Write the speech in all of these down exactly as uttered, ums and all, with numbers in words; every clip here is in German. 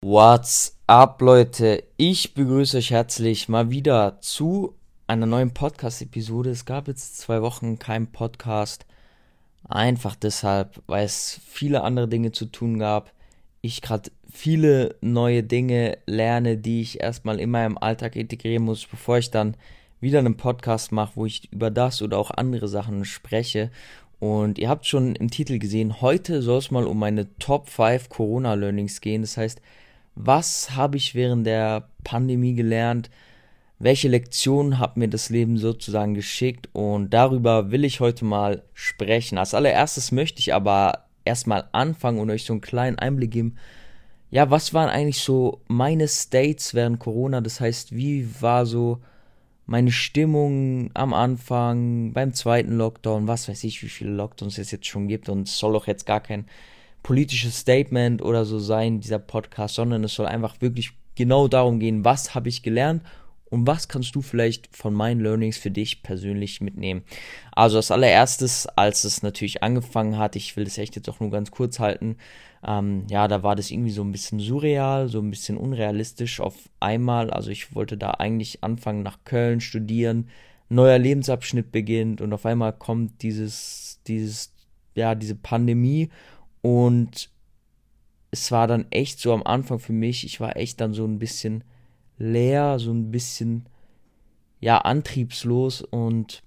What's up, Leute? Ich begrüße euch herzlich mal wieder zu einer neuen Podcast-Episode. Es gab jetzt zwei Wochen keinen Podcast. Einfach deshalb, weil es viele andere Dinge zu tun gab. Ich gerade viele neue Dinge lerne, die ich erstmal in meinem Alltag integrieren muss, bevor ich dann wieder einen Podcast mache, wo ich über das oder auch andere Sachen spreche. Und ihr habt schon im Titel gesehen, heute soll es mal um meine Top fünf Corona-Learnings gehen. Das heißt, was habe ich während der Pandemie gelernt? Welche Lektionen hat mir das Leben sozusagen geschickt? Und darüber will ich heute mal sprechen. Als allererstes möchte ich aber erstmal anfangen und euch so einen kleinen Einblick geben. Ja, was waren eigentlich so meine States während Corona? Das heißt, wie war so meine Stimmung am Anfang, beim zweiten Lockdown? Was weiß ich, wie viele Lockdowns es jetzt schon gibt. Und es soll auch jetzt gar kein politisches Statement oder so sein, dieser Podcast, sondern es soll einfach wirklich genau darum gehen, was habe ich gelernt und was kannst du vielleicht von meinen Learnings für dich persönlich mitnehmen. Also als allererstes, als es natürlich angefangen hat, ich will das echt jetzt auch nur ganz kurz halten, ähm, ja, da war das irgendwie so ein bisschen surreal, so ein bisschen unrealistisch auf einmal. Also ich wollte da eigentlich anfangen nach Köln studieren, neuer Lebensabschnitt beginnt und auf einmal kommt dieses, dieses, ja, diese Pandemie. Und es war dann echt so am Anfang für mich, ich war echt dann so ein bisschen leer, so ein bisschen, ja, antriebslos und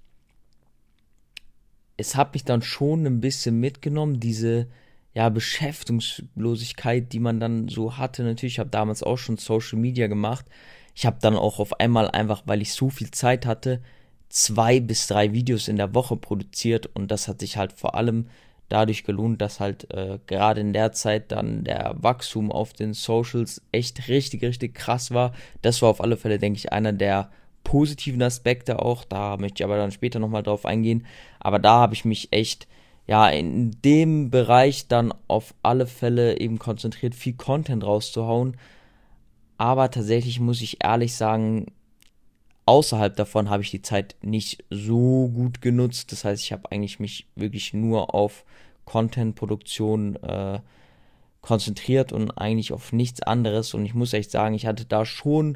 es hat mich dann schon ein bisschen mitgenommen, diese, ja, Beschäftigungslosigkeit, die man dann so hatte. Natürlich, ich habe damals auch schon Social Media gemacht. Ich habe dann auch auf einmal einfach, weil ich so viel Zeit hatte, zwei bis drei Videos in der Woche produziert und das hat sich halt vor allem dadurch gelohnt, dass halt äh, gerade in der Zeit dann der Wachstum auf den Socials echt richtig, richtig krass war. Das war auf alle Fälle, denke ich, einer der positiven Aspekte auch. Da möchte ich aber dann später nochmal drauf eingehen. Aber da habe ich mich echt, ja, in dem Bereich dann auf alle Fälle eben konzentriert, viel Content rauszuhauen. Aber tatsächlich muss ich ehrlich sagen, außerhalb davon habe ich die Zeit nicht so gut genutzt. Das heißt, ich habe eigentlich mich wirklich nur auf Content-Produktion äh, konzentriert und eigentlich auf nichts anderes. Und ich muss echt sagen, ich hatte da schon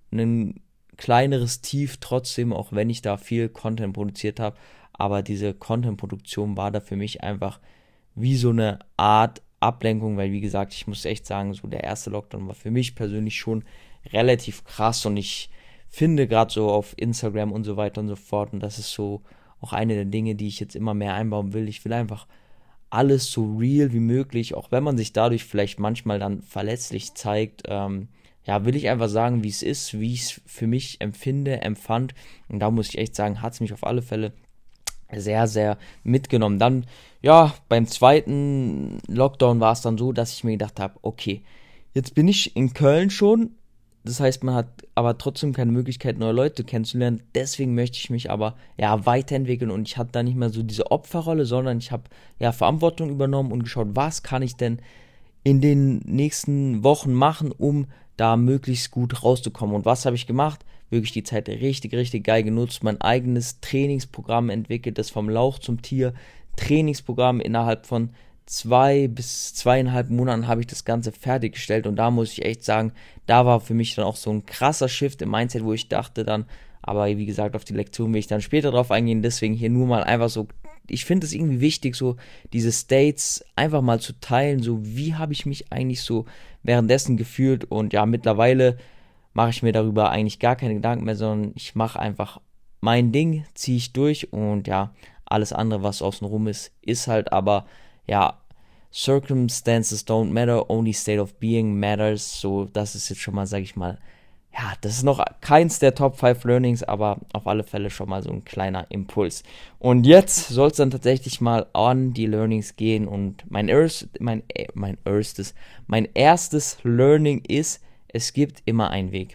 ein kleineres Tief trotzdem, auch wenn ich da viel Content produziert habe. Aber diese Content-Produktion war da für mich einfach wie so eine Art Ablenkung, weil wie gesagt, ich muss echt sagen, so der erste Lockdown war für mich persönlich schon relativ krass und ich finde gerade so auf Instagram und so weiter und so fort, und das ist so auch eine der Dinge, die ich jetzt immer mehr einbauen will. Ich will einfach alles so real wie möglich, auch wenn man sich dadurch vielleicht manchmal dann verletzlich zeigt, ähm, ja, will ich einfach sagen, wie es ist, wie ich es für mich empfinde, empfand, und da muss ich echt sagen, hat es mich auf alle Fälle sehr, sehr mitgenommen. Dann, ja, beim zweiten Lockdown war es dann so, dass ich mir gedacht habe, okay, jetzt bin ich in Köln schon. Das heißt, man hat aber trotzdem keine Möglichkeit, neue Leute kennenzulernen. Deswegen möchte ich mich aber, ja, weiterentwickeln und ich hatte da nicht mehr so diese Opferrolle, sondern ich habe, ja, Verantwortung übernommen und geschaut, was kann ich denn in den nächsten Wochen machen, um da möglichst gut rauszukommen. Und was habe ich gemacht? Wirklich die Zeit richtig, richtig geil genutzt, mein eigenes Trainingsprogramm entwickelt, das vom Lauch zum Tier Trainingsprogramm. Innerhalb von zwei bis zweieinhalb Monaten habe ich das Ganze fertiggestellt und da muss ich echt sagen, da war für mich dann auch so ein krasser Shift im Mindset, wo ich dachte dann, aber wie gesagt, auf die Lektion will ich dann später drauf eingehen, deswegen hier nur mal einfach so, ich finde es irgendwie wichtig, so diese States einfach mal zu teilen, so wie habe ich mich eigentlich so währenddessen gefühlt, und ja, mittlerweile mache ich mir darüber eigentlich gar keine Gedanken mehr, sondern ich mache einfach mein Ding, ziehe ich durch, und ja, alles andere, was außenrum ist, ist halt aber, ja, Circumstances don't matter, only state of being matters. So, das ist jetzt schon mal, sag ich mal, ja, das ist noch keins der Top fünf Learnings, aber auf alle Fälle schon mal so ein kleiner Impuls. Und jetzt soll es dann tatsächlich mal an die Learnings gehen, und mein erst, mein, äh, mein erstes, mein erstes Learning ist, es gibt immer einen Weg.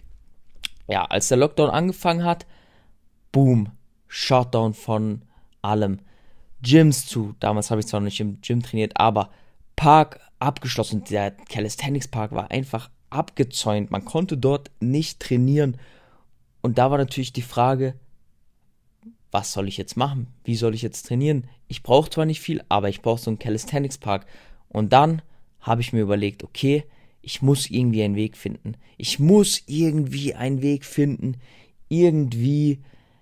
Ja, als der Lockdown angefangen hat, boom, Shutdown von allem. Gyms zu, damals habe ich zwar noch nicht im Gym trainiert, aber Park abgeschlossen. Der Calisthenics Park war einfach abgezäunt. Man konnte dort nicht trainieren. Und da war natürlich die Frage, was soll ich jetzt machen? Wie soll ich jetzt trainieren? Ich brauche zwar nicht viel, aber ich brauche so einen Calisthenics Park. Und dann habe ich mir überlegt, okay, ich muss irgendwie einen Weg finden. Ich muss irgendwie einen Weg finden, irgendwie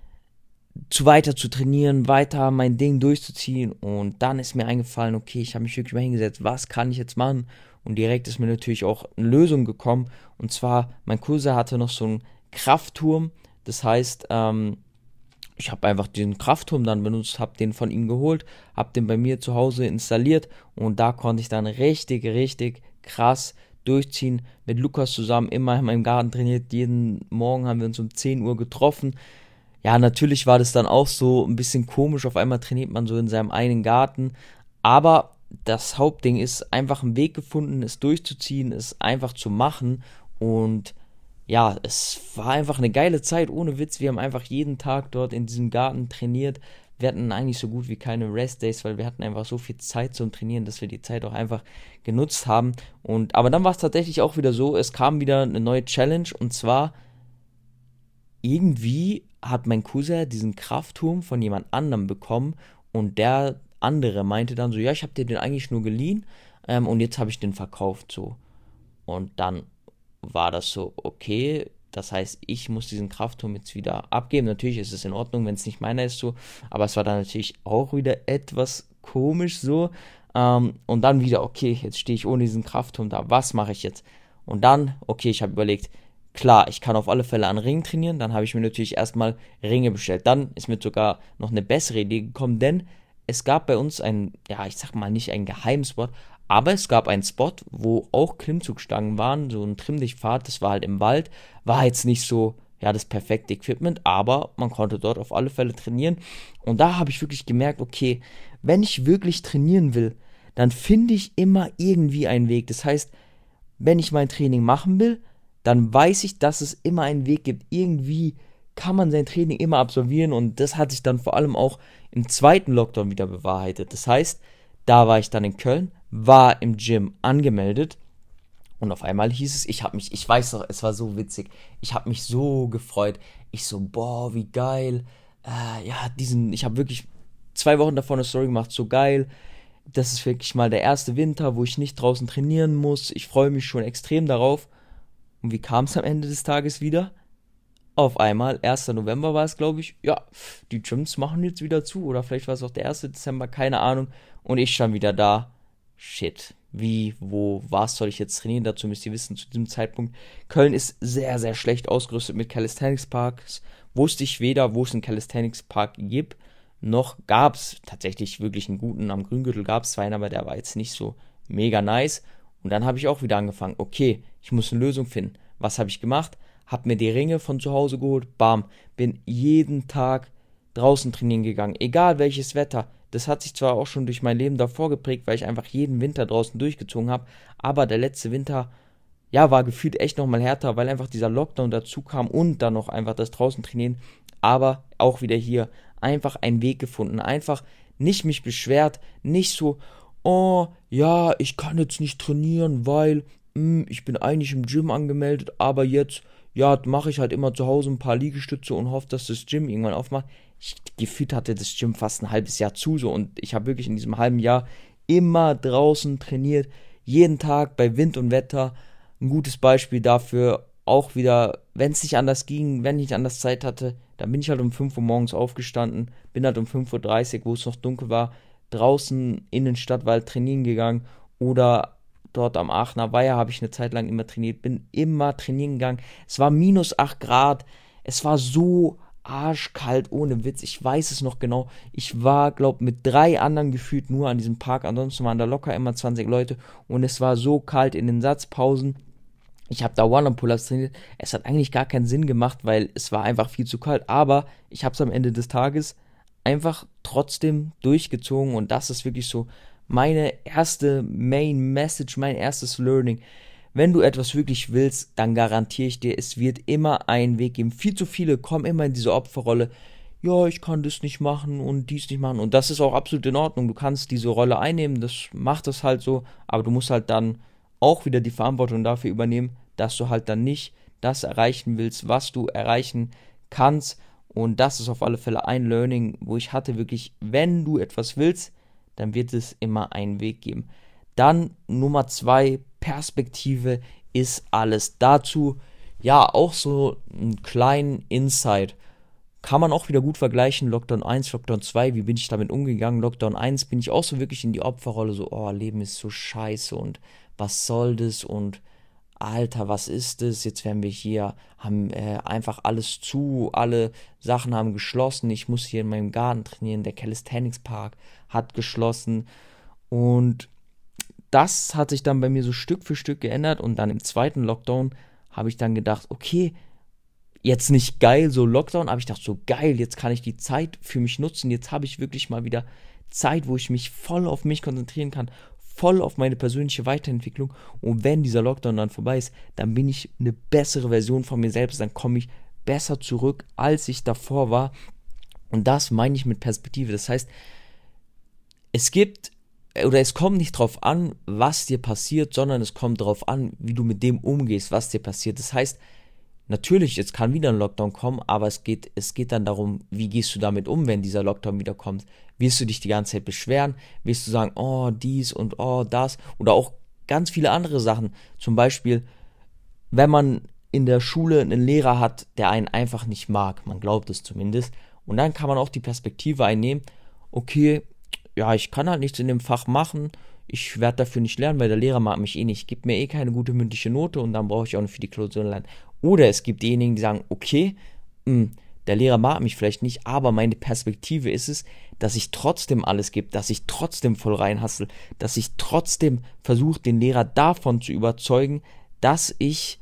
zu weiter zu trainieren, weiter mein Ding durchzuziehen. Und dann ist mir eingefallen, okay, ich habe mich wirklich mal hingesetzt, was kann ich jetzt machen? Und direkt ist mir natürlich auch eine Lösung gekommen. Und zwar, mein Cousin hatte noch so einen Kraftturm. Das heißt, ähm, ich habe einfach den Kraftturm dann benutzt, habe den von ihm geholt, habe den bei mir zu Hause installiert und da konnte ich dann richtig, richtig krass durchziehen. Mit Lukas zusammen immer in meinem Garten trainiert. Jeden Morgen haben wir uns um zehn Uhr getroffen. Ja, natürlich war das dann auch so ein bisschen komisch. Auf einmal trainiert man so in seinem eigenen Garten. Aber das Hauptding ist einfach einen Weg gefunden, es durchzuziehen, es einfach zu machen. Und ja, es war einfach eine geile Zeit, ohne Witz. Wir haben einfach jeden Tag dort in diesem Garten trainiert. Wir hatten eigentlich so gut wie keine Rest-Days, weil wir hatten einfach so viel Zeit zum Trainieren, dass wir die Zeit auch einfach genutzt haben. Und aber dann war es tatsächlich auch wieder so, es kam wieder eine neue Challenge und zwar irgendwie hat mein Cousin diesen Kraftturm von jemand anderem bekommen und der andere meinte dann so, ja, ich habe dir den eigentlich nur geliehen ähm, und jetzt habe ich den verkauft so. Und dann war das so, okay, das heißt, ich muss diesen Kraftturm jetzt wieder abgeben. Natürlich ist es in Ordnung, wenn es nicht meiner ist so, aber es war dann natürlich auch wieder etwas komisch so. Ähm, und dann wieder, okay, jetzt stehe ich ohne diesen Kraftturm da, was mache ich jetzt? Und dann, okay, ich habe überlegt, klar, ich kann auf alle Fälle an Ringen trainieren, dann habe ich mir natürlich erstmal Ringe bestellt. Dann ist mir sogar noch eine bessere Idee gekommen, denn es gab bei uns ein, ja, ich sag mal nicht ein Geheimspot, aber es gab einen Spot, wo auch Klimmzugstangen waren, so ein Trimmdichtpfad, das war halt im Wald, war jetzt nicht so, ja, das perfekte Equipment, aber man konnte dort auf alle Fälle trainieren. Und da habe ich wirklich gemerkt, okay, wenn ich wirklich trainieren will, dann finde ich immer irgendwie einen Weg. Das heißt, wenn ich mein Training machen will, dann weiß ich, dass es immer einen Weg gibt. Irgendwie kann man sein Training immer absolvieren und das hat sich dann vor allem auch im zweiten Lockdown wieder bewahrheitet. Das heißt, da war ich dann in Köln, war im Gym angemeldet und auf einmal hieß es, ich habe mich, ich weiß noch, es war so witzig, ich habe mich so gefreut. Ich so, boah, wie geil. Äh, ja, diesen, ich habe wirklich zwei Wochen davor eine Story gemacht, so geil. Das ist wirklich mal der erste Winter, wo ich nicht draußen trainieren muss. Ich freue mich schon extrem darauf. Und wie kam es am Ende des Tages wieder? Auf einmal, erster November war es, glaube ich, ja, die Gyms machen jetzt wieder zu. Oder vielleicht war es auch der erste Dezember, keine Ahnung. Und ich stand wieder da. Shit, wie, wo, was soll ich jetzt trainieren? Dazu müsst ihr wissen, zu diesem Zeitpunkt, Köln ist sehr, sehr schlecht ausgerüstet mit Calisthenics Parks. Wusste ich weder, wo es einen Calisthenics Park gibt, noch gab es tatsächlich wirklich einen guten. Am Grüngürtel gab es zwar einen, aber der war jetzt nicht so mega nice. Und dann habe ich auch wieder angefangen, okay, ich muss eine Lösung finden. Was habe ich gemacht? Hab mir die Ringe von zu Hause geholt, bam, bin jeden Tag draußen trainieren gegangen, egal welches Wetter. Das hat sich zwar auch schon durch mein Leben davor geprägt, weil ich einfach jeden Winter draußen durchgezogen habe, aber der letzte Winter, ja, war gefühlt echt nochmal härter, weil einfach dieser Lockdown dazu kam und dann noch einfach das draußen trainieren, aber auch wieder hier einfach einen Weg gefunden, einfach nicht mich beschwert, nicht so, oh, ja, ich kann jetzt nicht trainieren, weil mh, ich bin eigentlich im Gym angemeldet, aber jetzt, ja, mache ich halt immer zu Hause ein paar Liegestütze und hoffe, dass das Gym irgendwann aufmacht. Ich, gefühlt hatte das Gym fast ein halbes Jahr zu so und ich habe wirklich in diesem halben Jahr immer draußen trainiert, jeden Tag bei Wind und Wetter. Ein gutes Beispiel dafür, auch wieder, wenn es nicht anders ging, wenn ich nicht anders Zeit hatte, dann bin ich halt um fünf Uhr morgens aufgestanden, bin halt um fünf Uhr dreißig, wo es noch dunkel war, draußen in den Stadtwald trainieren gegangen oder dort am Aachener Weiher habe ich eine Zeit lang immer trainiert, bin immer trainieren gegangen. Es war minus acht Grad, es war so arschkalt, ohne Witz, ich weiß es noch genau. Ich war, glaub, mit drei anderen gefühlt nur an diesem Park, ansonsten waren da locker immer zwanzig Leute und es war so kalt in den Satzpausen. Ich habe da One-Arm-Pull-Ups trainiert. Es hat eigentlich gar keinen Sinn gemacht, weil es war einfach viel zu kalt. Aber ich habe es am Ende des Tages einfach trotzdem durchgezogen. Und das ist wirklich so meine erste Main Message, mein erstes Learning. Wenn du etwas wirklich willst, dann garantiere ich dir, es wird immer einen Weg geben. Viel zu viele kommen immer in diese Opferrolle. Ja, ich kann das nicht machen und dies nicht machen. Und das ist auch absolut in Ordnung. Du kannst diese Rolle einnehmen, das macht das halt so. Aber du musst halt dann auch wieder die Verantwortung dafür übernehmen, dass du halt dann nicht das erreichen willst, was du erreichen kannst. Und das ist auf alle Fälle ein Learning, wo ich hatte wirklich, wenn du etwas willst, dann wird es immer einen Weg geben. Dann Nummer zwei, Perspektive ist alles. Dazu, ja, auch so einen kleinen Insight. Kann man auch wieder gut vergleichen, Lockdown eins, Lockdown zwei, wie bin ich damit umgegangen? Lockdown eins bin ich auch so wirklich in die Opferrolle, so, oh, Leben ist so scheiße und was soll das und Alter, was ist das? Jetzt werden wir hier, haben äh, einfach alles zu, alle Sachen haben geschlossen, ich muss hier in meinem Garten trainieren, der Calisthenics Park hat geschlossen und das hat sich dann bei mir so Stück für Stück geändert und dann im zweiten Lockdown habe ich dann gedacht, okay, jetzt nicht geil, so Lockdown, aber ich dachte so geil, jetzt kann ich die Zeit für mich nutzen, jetzt habe ich wirklich mal wieder Zeit, wo ich mich voll auf mich konzentrieren kann, voll auf meine persönliche Weiterentwicklung und wenn dieser Lockdown dann vorbei ist, dann bin ich eine bessere Version von mir selbst, dann komme ich besser zurück, als ich davor war und das meine ich mit Perspektive, das heißt, es gibt oder es kommt nicht drauf an, was dir passiert, sondern es kommt darauf an, wie du mit dem umgehst, was dir passiert, das heißt, natürlich, jetzt kann wieder ein Lockdown kommen, aber es geht, es geht dann darum, wie gehst du damit um, wenn dieser Lockdown wieder kommt? Wirst du dich die ganze Zeit beschweren? Wirst du sagen, oh, dies und oh, das? Oder auch ganz viele andere Sachen. Zum Beispiel, wenn man in der Schule einen Lehrer hat, der einen einfach nicht mag, man glaubt es zumindest, und dann kann man auch die Perspektive einnehmen, okay, ja, ich kann halt nichts in dem Fach machen, ich werde dafür nicht lernen, weil der Lehrer mag mich eh nicht, gibt mir eh keine gute mündliche Note und dann brauche ich auch nicht für die Klausur lernen. Oder es gibt diejenigen, die sagen, okay, mh, der Lehrer mag mich vielleicht nicht, aber meine Perspektive ist es, dass ich trotzdem alles gebe, dass ich trotzdem voll reinhassel, dass ich trotzdem versuche, den Lehrer davon zu überzeugen, dass ich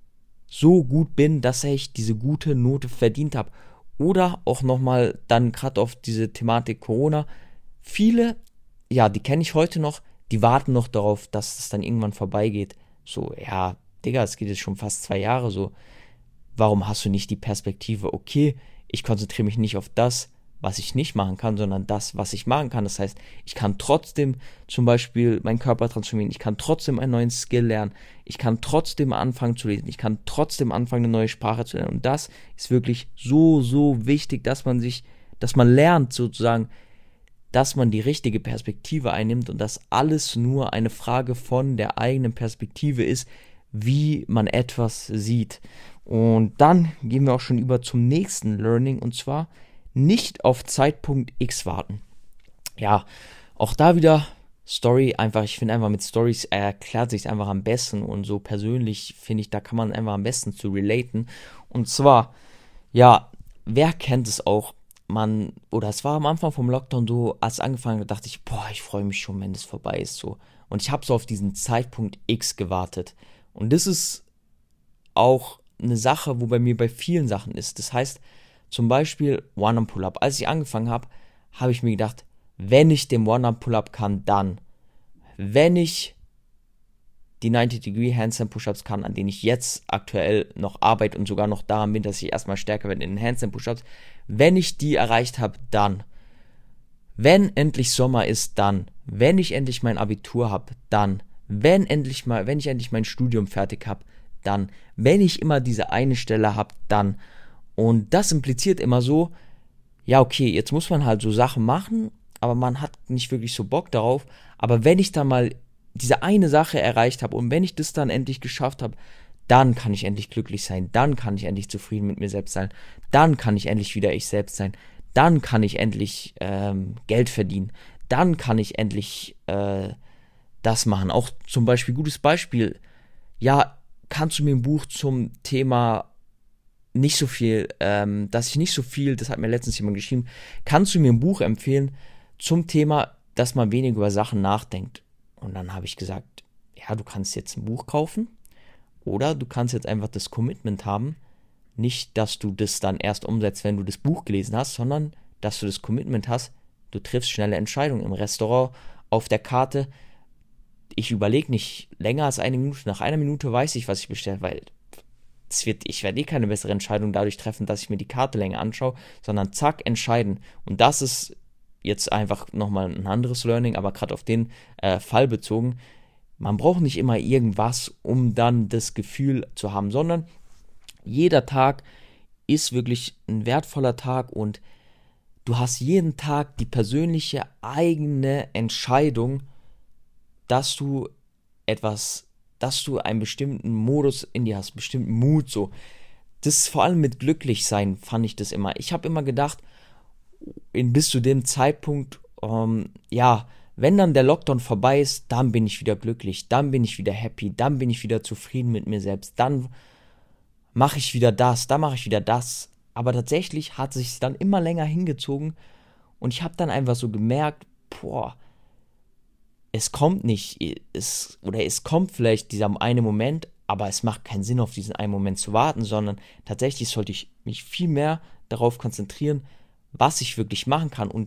so gut bin, dass ich diese gute Note verdient habe. Oder auch nochmal dann gerade auf diese Thematik Corona. Viele, ja, die kenne ich heute noch, die warten noch darauf, dass es dann irgendwann vorbeigeht. So, ja, Digga, es geht jetzt schon fast zwei Jahre so. Warum hast du nicht die Perspektive, okay, ich konzentriere mich nicht auf das, was ich nicht machen kann, sondern das, was ich machen kann. Das heißt, ich kann trotzdem zum Beispiel meinen Körper transformieren, ich kann trotzdem einen neuen Skill lernen, ich kann trotzdem anfangen zu lesen, ich kann trotzdem anfangen, eine neue Sprache zu lernen. Und das ist wirklich so, so wichtig, dass man sich, dass man lernt sozusagen, dass man die richtige Perspektive einnimmt und dass alles nur eine Frage von der eigenen Perspektive ist, wie man etwas sieht. Und dann gehen wir auch schon über zum nächsten Learning und zwar nicht auf Zeitpunkt X warten. Ja, auch da wieder Story, einfach, ich finde einfach mit Stories erklärt sich einfach am besten und so persönlich finde ich, da kann man einfach am besten zu relaten. Und zwar, ja, wer kennt es auch? Man, oder es war am Anfang vom Lockdown so, als es angefangen hat, dachte ich, boah, ich freue mich schon, wenn es vorbei ist, so. Und ich habe so auf diesen Zeitpunkt X gewartet. Und das ist auch eine Sache, wo bei mir bei vielen Sachen ist. Das heißt, zum Beispiel One-Arm-Pull-Up. Als ich angefangen habe, habe ich mir gedacht, wenn ich den One-Arm-Pull-Up kann, dann. Wenn ich die neunzig-Degree-Handstand-Push-Ups kann, an denen ich jetzt aktuell noch arbeite und sogar noch daran bin, dass ich erstmal stärker werde in den Handstand-Push-Ups, wenn ich die erreicht habe, dann. Wenn endlich Sommer ist, dann. Wenn ich endlich mein Abitur habe, dann. Wenn endlich mal, wenn ich endlich mein Studium fertig habe, dann. Wenn ich immer diese eine Stelle habe, dann. Und das impliziert immer so, ja okay, jetzt muss man halt so Sachen machen, aber man hat nicht wirklich so Bock darauf. Aber wenn ich dann mal diese eine Sache erreicht habe und wenn ich das dann endlich geschafft habe, dann kann ich endlich glücklich sein, dann kann ich endlich zufrieden mit mir selbst sein, dann kann ich endlich wieder ich selbst sein, dann kann ich endlich ähm, Geld verdienen, dann kann ich endlich äh, das machen. Auch zum Beispiel, gutes Beispiel, ja, kannst du mir ein Buch zum Thema nicht so viel, ähm, dass ich nicht so viel, das hat mir letztens jemand geschrieben, kannst du mir ein Buch empfehlen zum Thema, dass man weniger über Sachen nachdenkt? Und dann habe ich gesagt, ja, du kannst jetzt ein Buch kaufen oder du kannst jetzt einfach das Commitment haben, nicht, dass du das dann erst umsetzt, wenn du das Buch gelesen hast, sondern dass du das Commitment hast, du triffst schnelle Entscheidungen im Restaurant, auf der Karte. Ich überlege nicht länger als eine Minute. Nach einer Minute weiß ich, was ich bestelle, weil es wird, ich werde eh keine bessere Entscheidung dadurch treffen, dass ich mir die Karte länger anschaue, sondern zack, entscheiden. Und das ist jetzt einfach nochmal ein anderes Learning, aber gerade auf den äh, Fall bezogen. Man braucht nicht immer irgendwas, um dann das Gefühl zu haben, sondern jeder Tag ist wirklich ein wertvoller Tag und du hast jeden Tag die persönliche eigene Entscheidung, dass du etwas dass du einen bestimmten Modus in dir hast, einen bestimmten Mut, so. Das ist vor allem mit Glücklichsein, fand ich das immer. Ich habe immer gedacht, in bis zu dem Zeitpunkt, ähm, ja, wenn dann der Lockdown vorbei ist, dann bin ich wieder glücklich, dann bin ich wieder happy, dann bin ich wieder zufrieden mit mir selbst, dann mache ich wieder das, dann mache ich wieder das. Aber tatsächlich hat sich dann immer länger hingezogen und ich habe dann einfach so gemerkt, boah, es kommt nicht, es, oder es kommt vielleicht dieser eine Moment, aber es macht keinen Sinn, auf diesen einen Moment zu warten, sondern tatsächlich sollte ich mich viel mehr darauf konzentrieren, was ich wirklich machen kann und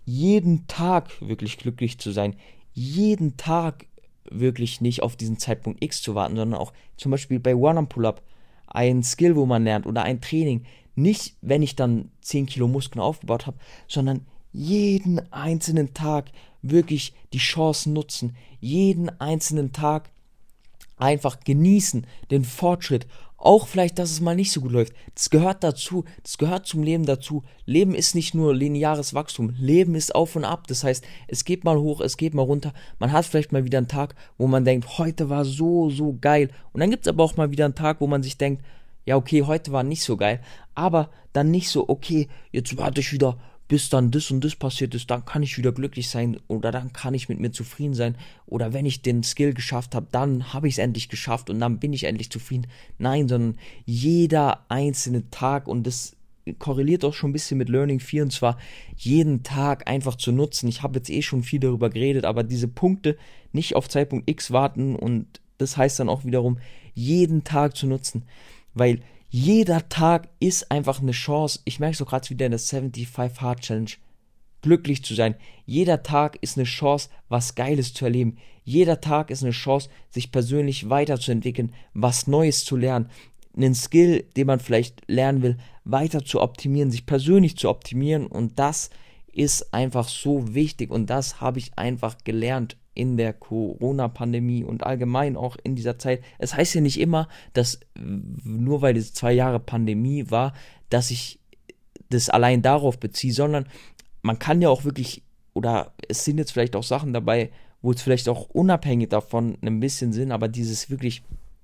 jeden Tag wirklich glücklich zu sein, jeden Tag wirklich nicht auf diesen Zeitpunkt X zu warten, sondern auch zum Beispiel bei One-Arm-Pull-Up, ein Skill, wo man lernt oder ein Training, nicht wenn ich dann zehn Kilo Muskeln aufgebaut habe, sondern jeden einzelnen Tag wirklich die Chancen nutzen, jeden einzelnen Tag einfach genießen, den Fortschritt, auch vielleicht, dass es mal nicht so gut läuft. Das gehört dazu, das gehört zum Leben dazu. Leben ist nicht nur lineares Wachstum, Leben ist auf und ab. Das heißt, es geht mal hoch, es geht mal runter. Man hat vielleicht mal wieder einen Tag, wo man denkt, heute war so, so geil. Und dann gibt es aber auch mal wieder einen Tag, wo man sich denkt, ja okay, heute war nicht so geil, aber dann nicht so, okay, jetzt warte ich wieder, bis dann das und das passiert ist, dann kann ich wieder glücklich sein oder dann kann ich mit mir zufrieden sein oder wenn ich den Skill geschafft habe, dann habe ich es endlich geschafft und dann bin ich endlich zufrieden. Nein, sondern jeder einzelne Tag und das korreliert auch schon ein bisschen mit Learning vier und zwar jeden Tag einfach zu nutzen. Ich habe jetzt eh schon viel darüber geredet, aber diese Punkte nicht auf Zeitpunkt X warten und das heißt dann auch wiederum, jeden Tag zu nutzen, weil jeder Tag ist einfach eine Chance. Ich merke es auch gerade wieder in der fünfundsiebzig Hard Challenge. Glücklich zu sein. Jeder Tag ist eine Chance, was Geiles zu erleben. Jeder Tag ist eine Chance, sich persönlich weiterzuentwickeln, was Neues zu lernen. Einen Skill, den man vielleicht lernen will, weiter zu optimieren, sich persönlich zu optimieren. Und das ist einfach so wichtig. Und das habe ich einfach gelernt in der Corona-Pandemie und allgemein auch in dieser Zeit. Es heißt ja nicht immer, dass nur weil es zwei Jahre Pandemie war, dass ich das allein darauf beziehe, sondern man kann ja auch wirklich, oder es sind jetzt vielleicht auch Sachen dabei, wo es vielleicht auch unabhängig davon ein bisschen sind, aber dieses wirklich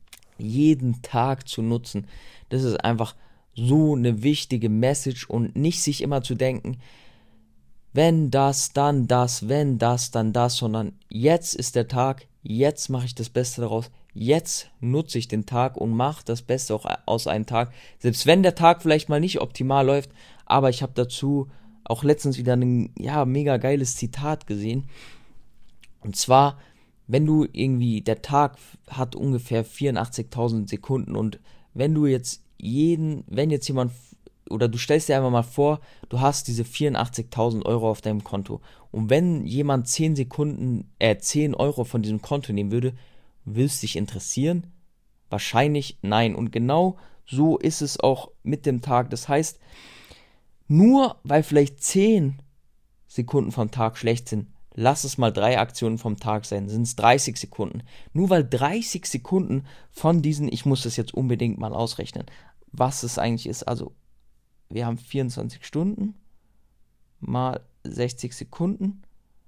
jeden Tag zu nutzen, das ist einfach so eine wichtige Message und nicht sich immer zu denken, wenn das, dann das, wenn das, dann das, sondern jetzt ist der Tag, jetzt mache ich das Beste daraus, jetzt nutze ich den Tag und mache das Beste auch aus einem Tag, selbst wenn der Tag vielleicht mal nicht optimal läuft, aber ich habe dazu auch letztens wieder ein, ja, mega geiles Zitat gesehen, und zwar, wenn du irgendwie, der Tag hat ungefähr vierundachtzigtausend Sekunden und wenn du jetzt jeden, wenn jetzt jemand oder du stellst dir einfach mal vor, du hast diese vierundachtzigtausend Euro auf deinem Konto und wenn jemand zehn Sekunden, äh, zehn Euro von diesem Konto nehmen würde, willst du dich interessieren? Wahrscheinlich nein. Und genau so ist es auch mit dem Tag. Das heißt, nur weil vielleicht zehn Sekunden vom Tag schlecht sind, lass es mal drei Aktionen vom Tag sein, sind es dreißig Sekunden. Nur weil dreißig Sekunden von diesen, ich muss das jetzt unbedingt mal ausrechnen, was es eigentlich ist, also wir haben vierundzwanzig Stunden mal sechzig Sekunden.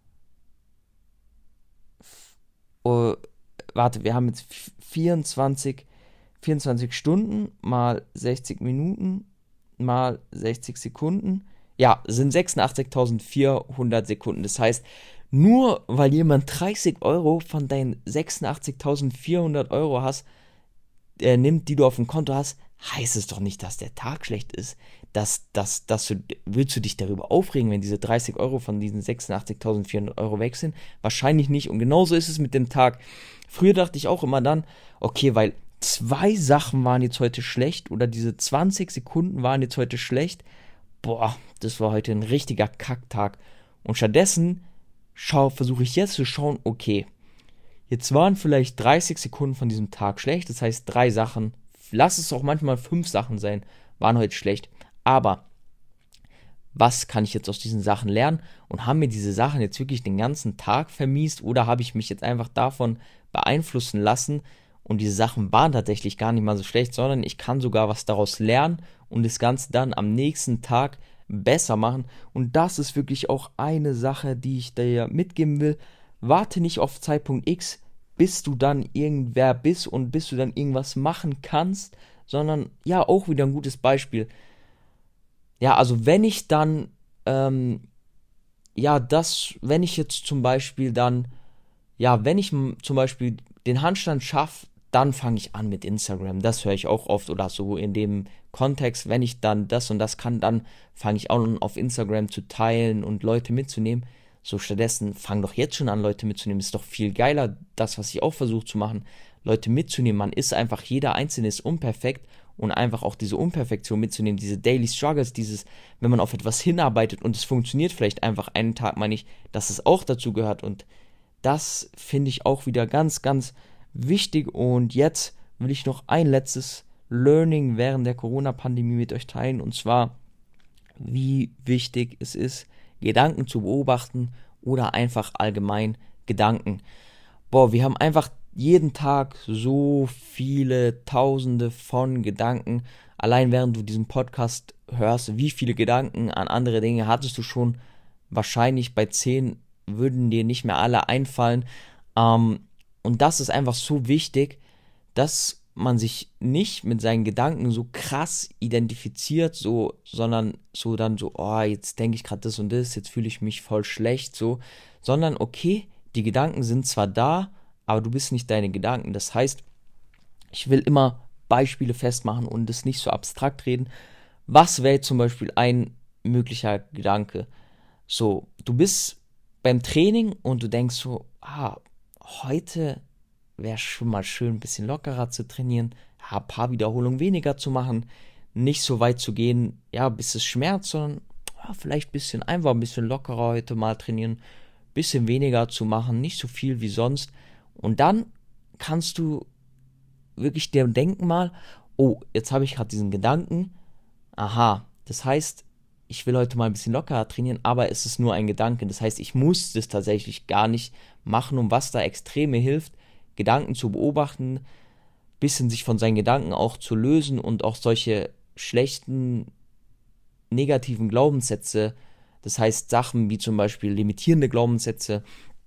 Oh, warte, wir haben jetzt vierundzwanzig, vierundzwanzig Stunden mal sechzig Minuten mal sechzig Sekunden. Ja, sind sechsundachtzigtausendvierhundert Sekunden. Das heißt, nur weil jemand dreißig Euro von deinen sechsundachtzigtausendvierhundert Euro hast, äh, nimmt, die du auf dem Konto hast, heißt es doch nicht, dass der Tag schlecht ist. Dass, dass, dass du, willst du dich darüber aufregen, wenn diese dreißig Euro von diesen sechsundachtzigtausendvierhundert Euro weg sind? Wahrscheinlich nicht. Und genauso ist es mit dem Tag. Früher dachte ich auch immer dann, okay, weil zwei Sachen waren jetzt heute schlecht oder diese zwanzig Sekunden waren jetzt heute schlecht. Boah, das war heute ein richtiger Kacktag. Und stattdessen versuche ich jetzt zu schauen, okay, jetzt waren vielleicht dreißig Sekunden von diesem Tag schlecht. Das heißt, drei Sachen, lass es auch manchmal fünf Sachen sein, waren heute schlecht. Aber was kann ich jetzt aus diesen Sachen lernen? Und haben mir diese Sachen jetzt wirklich den ganzen Tag vermiest oder habe ich mich jetzt einfach davon beeinflussen lassen und diese Sachen waren tatsächlich gar nicht mal so schlecht, sondern ich kann sogar was daraus lernen und das Ganze dann am nächsten Tag besser machen. Und das ist wirklich auch eine Sache, die ich dir mitgeben will. Warte nicht auf Zeitpunkt X, bis du dann irgendwer bist und bis du dann irgendwas machen kannst, sondern ja, auch wieder ein gutes Beispiel. Ja, also wenn ich dann, ähm, ja, das, wenn ich jetzt zum Beispiel dann, ja, wenn ich m- zum Beispiel den Handstand schaffe, dann fange ich an mit Instagram. Das höre ich auch oft oder so in dem Kontext. Wenn ich dann das und das kann, dann fange ich auch an, auf Instagram zu teilen und Leute mitzunehmen. So stattdessen fang doch jetzt schon an, Leute mitzunehmen. Ist doch viel geiler, das, was ich auch versuche zu machen, Leute mitzunehmen. Man ist einfach, jeder Einzelne ist unperfekt und einfach auch diese Unperfektion mitzunehmen, diese Daily Struggles, dieses, wenn man auf etwas hinarbeitet und es funktioniert vielleicht einfach einen Tag mal nicht, dass es auch dazu gehört und das finde ich auch wieder ganz, ganz wichtig. Und jetzt will ich noch ein letztes Learning während der Corona-Pandemie mit euch teilen. Und zwar, wie wichtig es ist, Gedanken zu beobachten oder einfach allgemein Gedanken. Boah, wir haben einfach jeden Tag so viele Tausende von Gedanken. Allein während du diesen Podcast hörst, wie viele Gedanken an andere Dinge hattest du schon? Wahrscheinlich bei zehn würden dir nicht mehr alle einfallen. Ähm, und das ist einfach so wichtig, dass man sich nicht mit seinen Gedanken so krass identifiziert, so, sondern so dann so, oh, jetzt denke ich gerade das und das, jetzt fühle ich mich voll schlecht, so, sondern okay, die Gedanken sind zwar da, aber du bist nicht deine Gedanken. Das heißt, ich will immer Beispiele festmachen und es nicht so abstrakt reden. Was wäre zum Beispiel ein möglicher Gedanke? So, du bist beim Training und du denkst so, ah, heute wäre schon mal schön, ein bisschen lockerer zu trainieren, ja, ein paar Wiederholungen weniger zu machen, nicht so weit zu gehen, ja, bis es schmerzt, sondern ja, vielleicht ein bisschen einfach, ein bisschen lockerer heute mal trainieren, ein bisschen weniger zu machen, nicht so viel wie sonst. Und dann kannst du wirklich dir denken mal, oh, jetzt habe ich gerade diesen Gedanken, aha, das heißt, ich will heute mal ein bisschen lockerer trainieren, aber es ist nur ein Gedanke. Das heißt, ich muss das tatsächlich gar nicht machen. Und was da extrem mir hilft, Gedanken zu beobachten, bisschen sich von seinen Gedanken auch zu lösen und auch solche schlechten, negativen Glaubenssätze, das heißt Sachen wie zum Beispiel limitierende Glaubenssätze,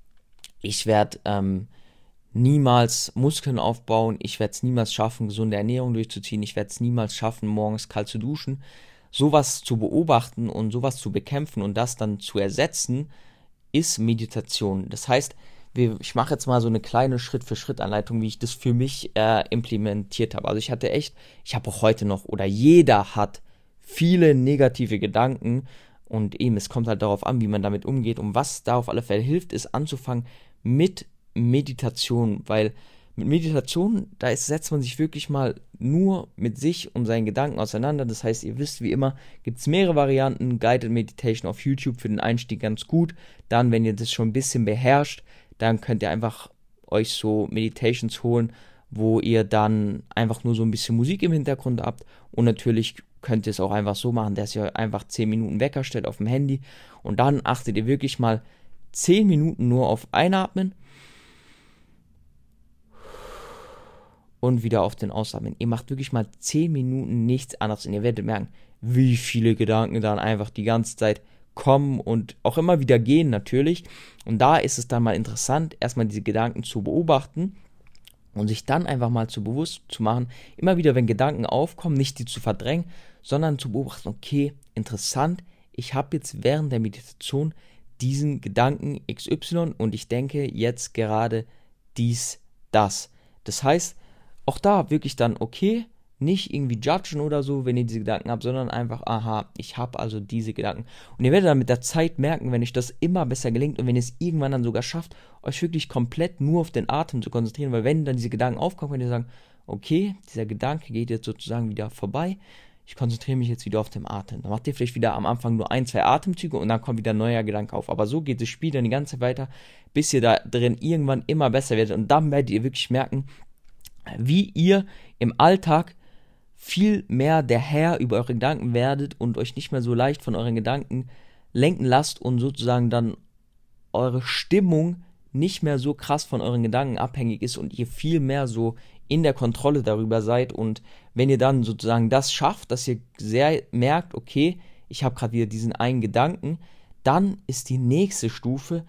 ich werde ähm, niemals Muskeln aufbauen, ich werde es niemals schaffen, gesunde Ernährung durchzuziehen, ich werde es niemals schaffen, morgens kalt zu duschen. Sowas zu beobachten und sowas zu bekämpfen und das dann zu ersetzen, ist Meditation. Das heißt, wir, ich mache jetzt mal so eine kleine Schritt-für-Schritt-Anleitung, wie ich das für mich äh, implementiert habe. Also ich hatte echt, ich habe auch heute noch, oder jeder hat viele negative Gedanken und eben, es kommt halt darauf an, wie man damit umgeht. Und was da auf alle Fälle hilft, ist anzufangen mit Meditation, weil mit Meditation, da ist, setzt man sich wirklich mal nur mit sich und seinen Gedanken auseinander. Das heißt, ihr wisst, wie immer, gibt es mehrere Varianten. Guided Meditation auf YouTube für den Einstieg ganz gut. Dann, wenn ihr das schon ein bisschen beherrscht, dann könnt ihr einfach euch so Meditations holen, wo ihr dann einfach nur so ein bisschen Musik im Hintergrund habt. Und natürlich könnt ihr es auch einfach so machen, dass ihr einfach zehn Minuten Wecker stellt auf dem Handy. Und dann achtet ihr wirklich mal zehn Minuten nur auf Einatmen und wieder auf den Ausatmen. Ihr macht wirklich mal zehn Minuten nichts anderes und ihr werdet merken, wie viele Gedanken dann einfach die ganze Zeit kommen und auch immer wieder gehen natürlich. Und da ist es dann mal interessant, erstmal diese Gedanken zu beobachten und sich dann einfach mal zu bewusst zu machen, immer wieder, wenn Gedanken aufkommen, nicht die zu verdrängen, sondern zu beobachten, okay, interessant, ich habe jetzt während der Meditation diesen Gedanken X Y und ich denke jetzt gerade dies, das. Das heißt, auch da wirklich dann, okay, nicht irgendwie judgen oder so, wenn ihr diese Gedanken habt, sondern einfach, aha, ich habe also diese Gedanken. Und ihr werdet dann mit der Zeit merken, wenn euch das immer besser gelingt und wenn ihr es irgendwann dann sogar schafft, euch wirklich komplett nur auf den Atem zu konzentrieren, weil wenn dann diese Gedanken aufkommen, könnt ihr sagen, okay, dieser Gedanke geht jetzt sozusagen wieder vorbei, ich konzentriere mich jetzt wieder auf den Atem. Dann macht ihr vielleicht wieder am Anfang nur ein, zwei Atemzüge und dann kommt wieder ein neuer Gedanke auf. Aber so geht das Spiel dann die ganze Zeit weiter, bis ihr da drin irgendwann immer besser werdet. Und dann werdet ihr wirklich merken, wie ihr im Alltag viel mehr der Herr über eure Gedanken werdet und euch nicht mehr so leicht von euren Gedanken lenken lasst und sozusagen dann eure Stimmung nicht mehr so krass von euren Gedanken abhängig ist und ihr viel mehr so in der Kontrolle darüber seid. Und wenn ihr dann sozusagen das schafft, dass ihr sehr merkt, okay, ich habe gerade wieder diesen einen Gedanken, dann ist die nächste Stufe,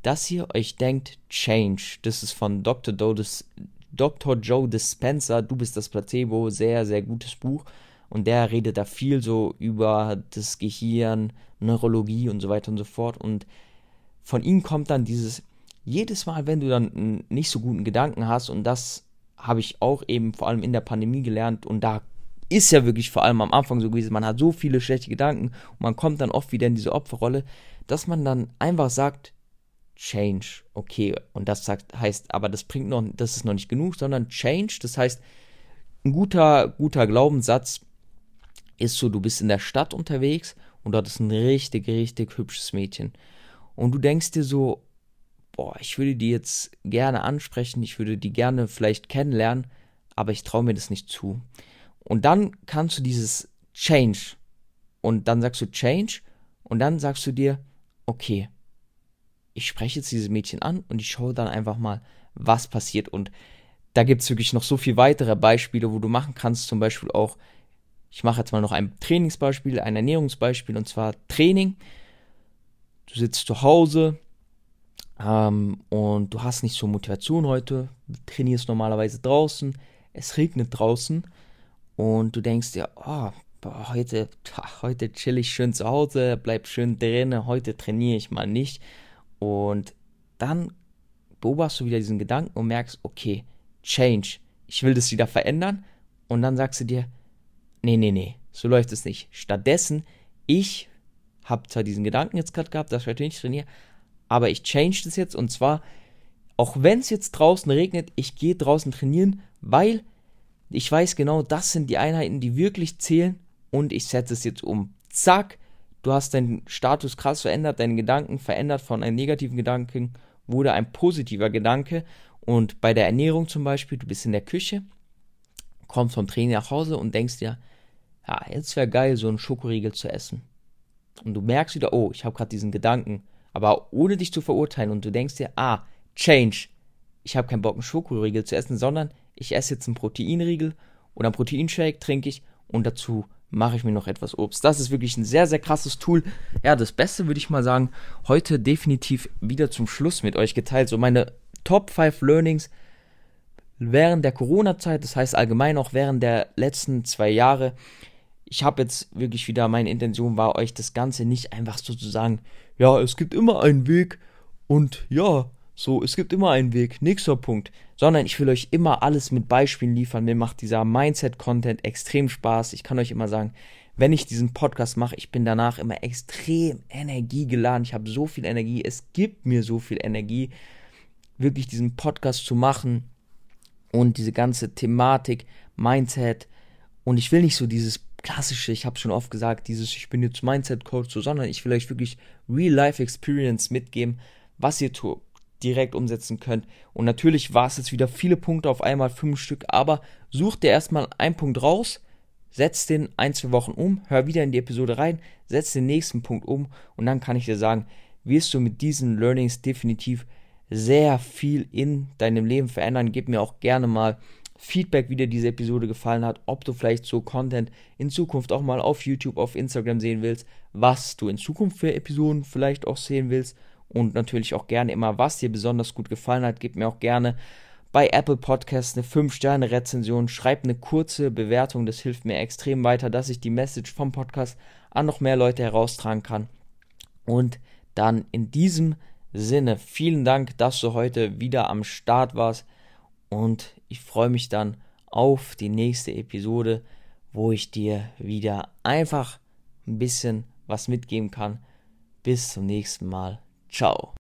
dass ihr euch denkt, Change, das ist von Doktor Joe, Dis- Doktor Joe Dispenza, Du bist das Placebo, sehr, sehr gutes Buch. Und der redet da viel so über das Gehirn, Neurologie und so weiter und so fort. Und von ihm kommt dann dieses, jedes Mal, wenn du dann einen nicht so guten Gedanken hast, und das habe ich auch eben vor allem in der Pandemie gelernt, und da ist ja wirklich vor allem am Anfang so gewesen, man hat so viele schlechte Gedanken und man kommt dann oft wieder in diese Opferrolle, dass man dann einfach sagt, Change, okay, und das sagt, heißt, aber das bringt noch, das ist noch nicht genug, sondern Change, das heißt, ein guter, guter Glaubenssatz ist so, du bist in der Stadt unterwegs und dort ist ein richtig, richtig hübsches Mädchen. Und du denkst dir so, boah, ich würde die jetzt gerne ansprechen, ich würde die gerne vielleicht kennenlernen, aber ich traue mir das nicht zu. Und dann kannst du dieses Change, und dann sagst du Change, und dann sagst du dir, okay, ich spreche jetzt dieses Mädchen an und ich schaue dann einfach mal, was passiert. Und da gibt es wirklich noch so viele weitere Beispiele, wo du machen kannst, zum Beispiel auch, ich mache jetzt mal noch ein Trainingsbeispiel, ein Ernährungsbeispiel, und zwar Training. Du sitzt zu Hause ähm, und du hast nicht so Motivation heute, du trainierst normalerweise draußen, es regnet draußen und du denkst dir, oh, boah, heute, heute chill ich schön zu Hause, bleib schön drin, heute trainiere ich mal nicht. Und dann beobachtest du wieder diesen Gedanken und merkst, okay, Change, ich will das wieder verändern, und dann sagst du dir, nee, nee, nee, so läuft es nicht. Stattdessen, ich habe zwar diesen Gedanken jetzt gerade gehabt, dass ich heute nicht trainiere, aber ich change das jetzt, und zwar, auch wenn es jetzt draußen regnet, ich gehe draußen trainieren, weil ich weiß genau, das sind die Einheiten, die wirklich zählen, und ich setze es jetzt um. Zack, du hast deinen Status krass verändert, deinen Gedanken verändert, von einem negativen Gedanken wurde ein positiver Gedanke. Und bei der Ernährung zum Beispiel, du bist in der Küche, kommst vom Training nach Hause und denkst dir, ja, jetzt wäre geil, so einen Schokoriegel zu essen. Und du merkst wieder, oh, ich habe gerade diesen Gedanken, aber ohne dich zu verurteilen, und du denkst dir, ah, Change, ich habe keinen Bock, einen Schokoriegel zu essen, sondern ich esse jetzt einen Proteinriegel oder einen Proteinshake trinke ich, und dazu mache ich mir noch etwas Obst. Das ist wirklich ein sehr, sehr krasses Tool. Ja, das Beste würde ich mal sagen, heute definitiv wieder zum Schluss mit euch geteilt. So meine Top fünf Learnings während der Corona-Zeit, das heißt allgemein auch während der letzten zwei Jahre. Ich habe jetzt wirklich wieder, meine Intention war, euch das Ganze nicht einfach so zu sagen, ja, es gibt immer einen Weg und ja, so, es gibt immer einen Weg, nächster Punkt, sondern ich will euch immer alles mit Beispielen liefern. Mir macht dieser Mindset-Content extrem Spaß. Ich kann euch immer sagen, wenn ich diesen Podcast mache, ich bin danach immer extrem energiegeladen. Ich habe so viel Energie, es gibt mir so viel Energie, wirklich diesen Podcast zu machen und diese ganze Thematik, Mindset. Und ich will nicht so dieses klassische, ich habe schon oft gesagt, dieses ich bin jetzt Mindset-Coach, so, sondern ich will euch wirklich Real-Life-Experience mitgeben, was ihr tut, direkt umsetzen könnt. Und natürlich war es jetzt wieder viele Punkte auf einmal, fünf Stück, aber such dir erstmal einen Punkt raus, setz den ein, zwei Wochen um, hör wieder in die Episode rein, setz den nächsten Punkt um, und dann kann ich dir sagen, wirst du mit diesen Learnings definitiv sehr viel in deinem Leben verändern. Gib mir auch gerne mal Feedback, wie dir diese Episode gefallen hat, ob du vielleicht so Content in Zukunft auch mal auf YouTube, auf Instagram sehen willst, was du in Zukunft für Episoden vielleicht auch sehen willst, und natürlich auch gerne immer, was dir besonders gut gefallen hat. Gib mir auch gerne bei Apple Podcasts eine fünf Sterne Rezension, schreib eine kurze Bewertung, das hilft mir extrem weiter, dass ich die Message vom Podcast an noch mehr Leute heraustragen kann. Und dann in diesem Sinne, vielen Dank, dass du heute wieder am Start warst, und ich freue mich dann auf die nächste Episode, wo ich dir wieder einfach ein bisschen was mitgeben kann. Bis zum nächsten Mal. Ciao.